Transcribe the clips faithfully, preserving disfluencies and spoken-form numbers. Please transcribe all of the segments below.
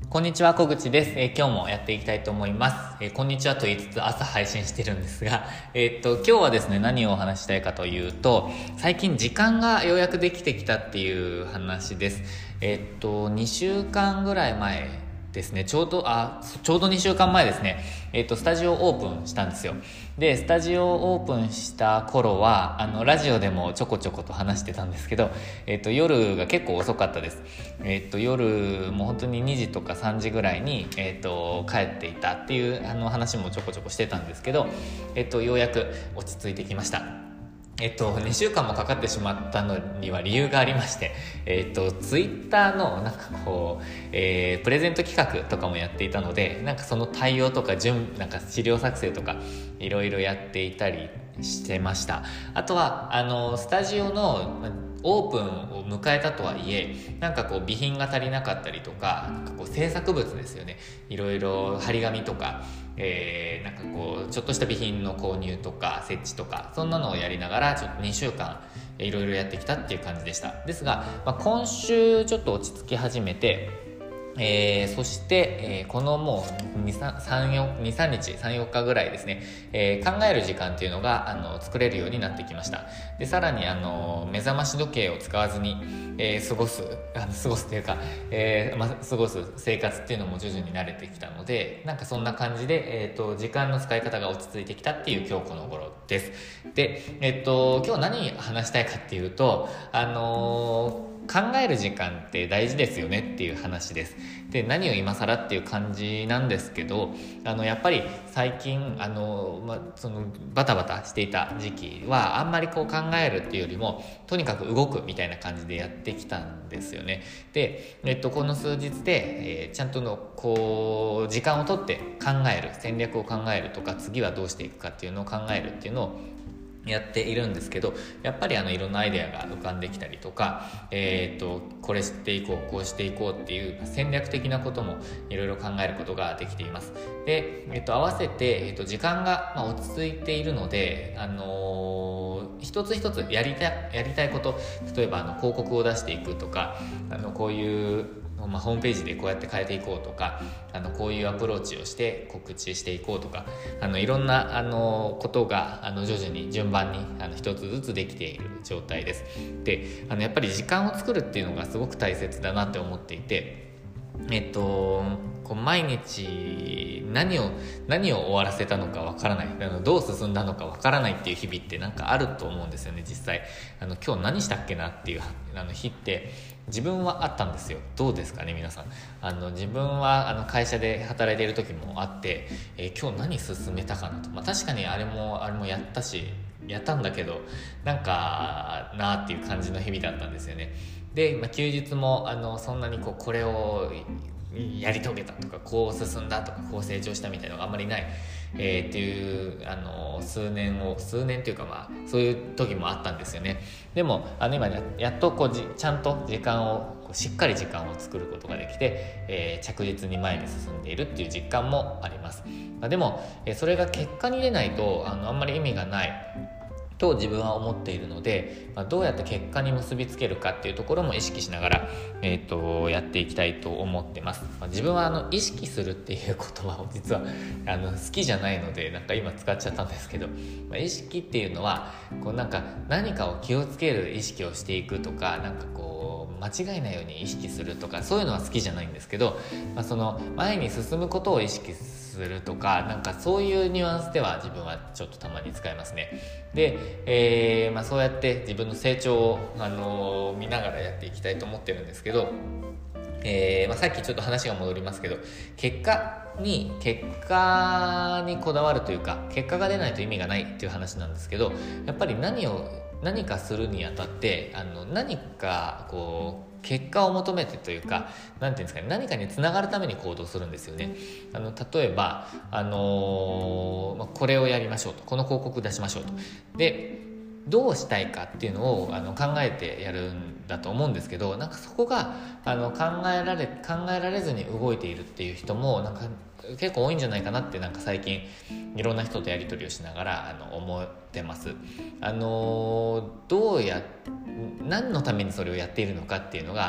こんにちは、小口です。えー今日もやっていきたいと思います。えーこんにちはと言いつつ朝配信してるんですが、えーっと、今日はですね、何をお話ししたいかというと、最近時間がようやくできてきたっていう話です。えーっと、にしゅうかんぐらい前ですね、ちょうど、あ、ちょうどにしゅうかんまえですね、えーっと、スタジオオープンしたんですよ。で、スタジオオープンした頃は、あの、ラジオでもちょこちょこと話してたんですけど、えっと、夜が結構遅かったです。えっと、夜もう本当ににじとかさんじぐらいに、えっと、帰っていたっていうあの話もちょこちょこしてたんですけど、えっと、ようやく落ち着いてきました。えっと、にしゅうかんもかかってしまったのには理由がありまして、えっと、ツイッターのなんかこう、えー、プレゼント企画とかもやっていたので、なんかその対応とか準、なんか資料作成とかいろいろやっていたりしてました。あとは、あの、スタジオのオープンを迎えたとはいえ、なんかこう備品が足りなかったりとか、なんかこう制作物ですよね。いろいろ張り紙とか、えー、なんかこうちょっとした備品の購入とか設置とかそんなのをやりながらちょっとにしゅうかんいろいろやってきたっていう感じでした。ですが、まあ、今週ちょっと落ち着き始めて、えー、そして、えー、このもうにさんにちさんよっかぐらいですね、えー、考える時間っていうのがあの作れるようになってきました。でさらにあの目覚まし時計を使わずに、えー、過ごすあの過ごすというか、えーまあ、過ごす生活っていうのも徐々に慣れてきたので、なんかそんな感じで、えー、と時間の使い方が落ち着いてきたっていう今日この頃です。で、えっ、と今日何話したいかっていうと、あのー考える時間って大事ですよねっていう話です。で、何を今更っていう感じなんですけど、あのやっぱり最近あの、まあ、そのバタバタしていた時期はあんまりこう考えるっていうよりもとにかく動くみたいな感じでやってきたんですよね。で、えっと、この数日で、えー、ちゃんとのこう時間をとって考える、戦略を考えるとか、次はどうしていくかっていうのを考えるっていうのをやっているんですけど、やっぱりあのいろんなアイデアが浮かんできたりとか、えー、とこれしていこうこうしていこうっていう戦略的なこともいろいろ考えることができています。で、えー、と合わせて、えー、と時間がまあ落ち着いているので、あのー、一つ一つやりたい、やりたいこと、例えばあの広告を出していくとか、あのこういうまあ、ホームページでこうやって変えていこうとか、あのこういうアプローチをして告知していこうとか、あのいろんなあのことがあの徐々に順番にあの一つずつできている状態です。で、あのやっぱり時間を作るっていうのがすごく大切だなって思っていて、えっと、こう毎日何を何を終わらせたのかわからない、あのどう進んだのかわからないっていう日々ってなんかあると思うんですよね。実際あの今日何したっけなっていうあの日って自分はあったんですよ。どうですかね皆さん。あの自分はあの会社で働いている時もあって、えー、今日何進めたかなと、まあ、確かにあれもあれもやったしやったんだけどなんかなっていう感じの日々だったんですよね。で、まあ、休日もあのそんなにこうこれをやり遂げたとかこう進んだとかこう成長したみたいなのがあんまりない、えー、っていうあの数年を数年というかまあそういう時もあったんですよね。でもあの今ややっとこうじちゃんと時間をこうしっかり時間を作ることができて、えー、着実に前に進んでいるっていう実感もあります。まあ、でも、えー、それが結果に出ないとあのあんまり意味がないと自分は思っているので、まあ、どうやって結果に結びつけるかっていうところも意識しながら、えー、とやっていきたいと思ってます。まあ、自分はあの意識するっていう言葉を実はあの好きじゃないのでなんか今使っちゃったんですけど、まあ、意識っていうのはこうなんか何かを気をつける意識をしていくとか、なんかこう間違いないように意識するとかそういうのは好きじゃないんですけど、まあ、その前に進むことを意識するとか、なんかそういうニュアンスでは自分はちょっとたまに使いますね。で、えーまあ、そうやって自分の成長を、あのー、見ながらやっていきたいと思ってるんですけど、えーまあ、さっきちょっと話が戻りますけど、結果に結果にこだわるというか、結果が出ないと意味がないっていう話なんですけど、やっぱり何を何かするにあたってあの何かこう結果を求めてというか、なんていうんですかね、何かにつながるために行動するんですよね。あの例えば、あのーまあ、これをやりましょうと、この広告出しましょうと、でどうしたいかっていうのをあの考えてやるんだと思うんですけど、なんかそこがあの考えられ考えられずに動いているっていう人もなんか結構多いんじゃないかなって、なんか最近いろんな人とやり取りをしながらあの思ってます。あのどうや何のためにそれをやっているのかっていうのが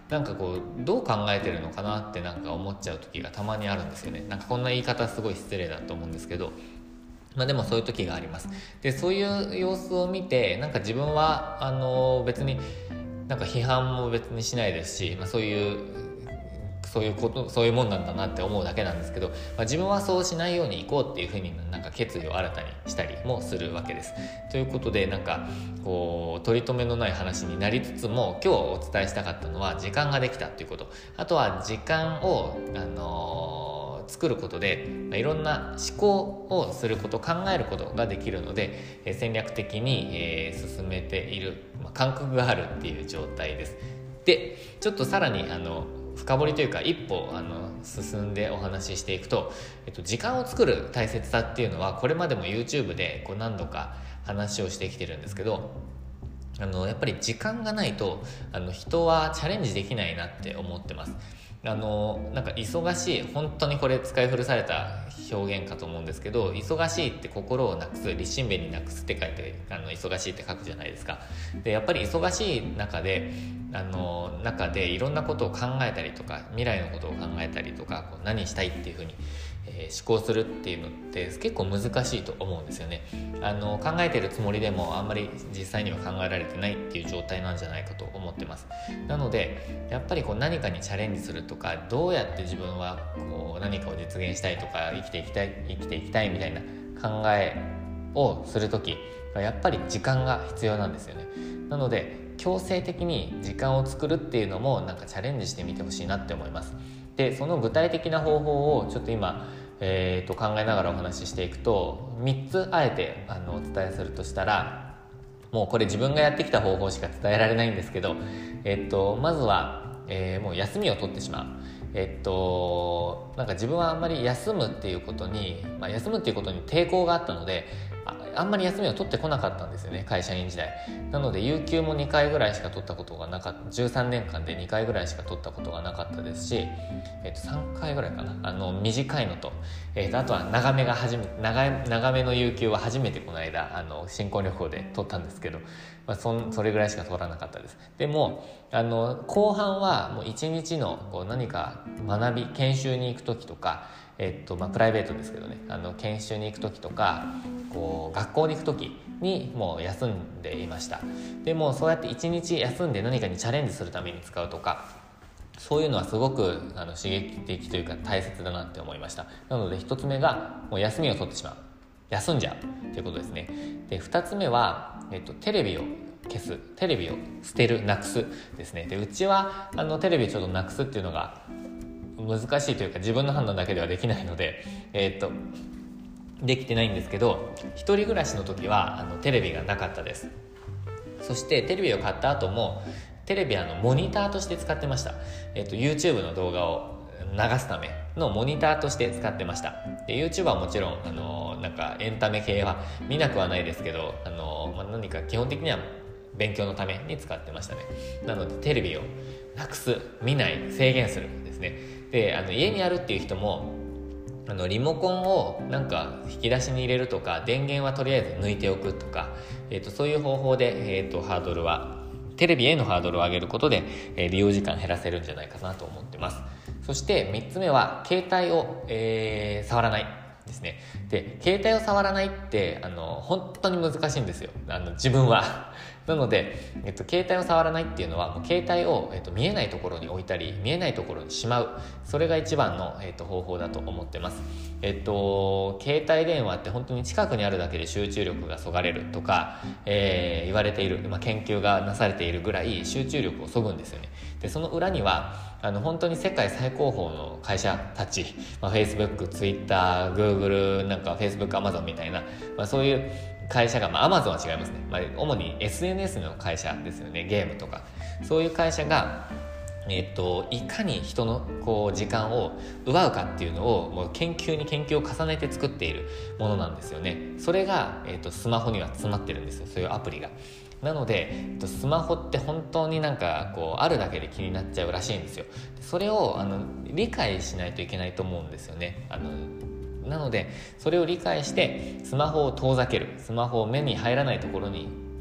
なんかこうどう考えてるのかなってなんか思っちゃう時がたまにあるんですよね。なんかこんな言い方すごい失礼だと思うんですけど、まあでもそういう時があります。でそういう様子を見てなんか自分はあの別になんか批判も別にしないですし、まあ、そういうそういうことそういうもんなんだなって思うだけなんですけど、まあ、自分はそうしないようにいこうっていうふうになんか決意を新たにしたりもするわけです。ということでなんかこう取り留めのない話になりつつも、今日お伝えしたかったのは時間ができたっていうこと、あとは時間をあのー、作ることで、まあ、いろんな思考をすること考えることができるので、えー、戦略的に、えー、進めている、まあ、感覚があるっていう状態です。でちょっとさらにあの深掘りというか一歩あの進んでお話ししていくと、えっと、時間を作る大切さっていうのはこれまでも YouTube でこう何度か話をしてきてるんですけど、あのやっぱり時間がないとあの人はチャレンジできないなって思ってます。あのなんか忙しい、本当にこれ使い古された表現かと思うんですけど、忙しいって心をなくす、立身弁になくすって書いてあの忙しいって書くじゃないですか。でやっぱり忙しい中であの中でいろんなことを考えたりとか、未来のことを考えたりとか、こう何したいっていうふうに、えー、思考するっていうのって結構難しいと思うんですよね。あの考えてるつもりでもあんまり実際には考えられてないっていう状態なんじゃないかと思ってます。なのでやっぱりこう何かにチャレンジするとか、どうやって自分はこう何かを実現したいとか生きていきたい生きていきたいみたいな考えをするとき、やっぱり時間が必要なんですよね。なので強制的に時間を作るっていうのもなんかチャレンジしてみてほしいなって思います。でその具体的な方法をちょっと今、えー、と考えながらお話ししていくと、みっつあえてあのお伝えするとしたら、もうこれ自分がやってきた方法しか伝えられないんですけど、えー、とまずは、えー、もう休みを取ってしまう。えっとなんか自分はあんまり休むっていうことに、まあ、休むっていうことに抵抗があったので、あ, あんまり休みを取ってこなかったんですよね、会社員時代。なので有給もにかいぐらいしか取ったことがなかったじゅうさんねんかんでにかいぐらいしか取ったことがなかったですし、えっと、さんかいぐらいかな、あの短いのと、えっと、あとは長めが初め長い長めの有給は初めてこの間あの新婚旅行で取ったんですけど、まあ、そ, それぐらいしか取らなかったです。でもあの後半はもういちにちのこう何か学び研修に行く時とか、えっとまあ、プライベートですけどね、あの研修に行く時とかこう学校に行く時にもう休んでいました。でもそうやっていちにち休んで何かにチャレンジするために使うとか、そういうのはすごくあの刺激的というか大切だなって思いました。なのでひとつめがもう休みを取ってしまう、休んじゃうということですね。でふたつめは、えっと、テレビを消す、テレビを捨てる、なくすですね。でうちはあのテレビをちょっとなくすっていうのが難しいというか自分の判断だけではできないので、えー、っとできてないんですけど、一人暮らしの時はあのテレビがなかったです。そしてテレビを買った後もテレビはあのモニターとして使ってました。えー、っと YouTube の動画を流すためのモニターとして使ってました。で YouTube はもちろんあのなんかエンタメ系は見なくはないですけど、あの、まあ、何か基本的には勉強のために使ってましたね。なのでテレビをなくす、見ない、制限するですね。であの家にあるっていう人もあのリモコンをなんか引き出しに入れるとか、電源はとりあえず抜いておくとか、えー、とそういう方法で、えー、とハードルはテレビへのハードルを上げることで、えー、利用時間減らせるんじゃないかなと思ってます。そしてみっつめは携帯を、えー、触らないですね。で携帯を触らないってあの本当に難しいんですよ、あの自分はなので、えっと、携帯を触らないっていうのはもう携帯を、えっと、見えないところに置いたり見えないところにしまう、それが一番の、えっと、方法だと思ってます。えっと携帯電話って本当に近くにあるだけで集中力がそがれるとか、えー、言われている、まあ、研究がなされているぐらい集中力をそぐんですよね。でその裏にはあの本当に世界最高峰の会社たち、まあ、Facebook、Twitter、Google、なんか Facebook、Amazon みたいな、まあ、そういう会社が、まあ、Amazon は違いますね、まあ、主に エスエヌエス の会社ですよね、ゲームとかそういう会社が、えー、といかに人のこう時間を奪うかっていうのをもう研究に研究を重ねて作っているものなんですよね。それが、えー、とスマホには詰まってるんですよ、そういうアプリが。なのでスマホって本当になんかこうあるだけで気になっちゃうらしいんですよ。それをあの理解しないといけないと思うんですよね。あのなのでそれを理解してスマホを遠ざける、スマホを目に入らないところに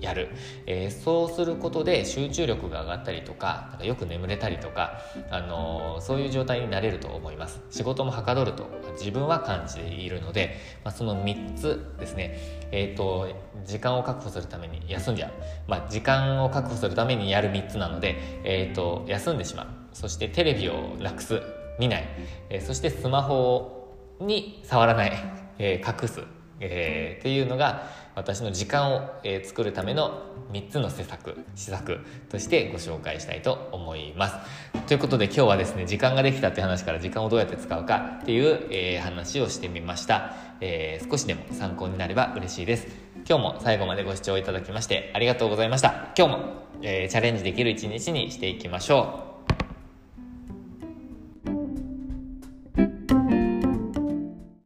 やる、えー、そうすることで集中力が上がったりとか、なんかよく眠れたりとか、あのー、そういう状態になれると思います。仕事もはかどると自分は感じているので、まあ、そのみっつですね、えーと、時間を確保するために休んじゃう、まあ、時間を確保するためにやるみっつなので、えーと、休んでしまう、そしてテレビをなくす、見ない、えー、そしてスマホに触らない、えー、隠す、えー、っていうのが私の時間を、えー、作るためのみっつの施策施策としてご紹介したいと思います。ということで今日はですね、時間ができたって話から時間をどうやって使うかっていう、えー、話をしてみました。えー、少しでも参考になれば嬉しいです。今日も最後までご視聴いただきましてありがとうございました。今日も、えー、チャレンジできる一日にしていきましょう。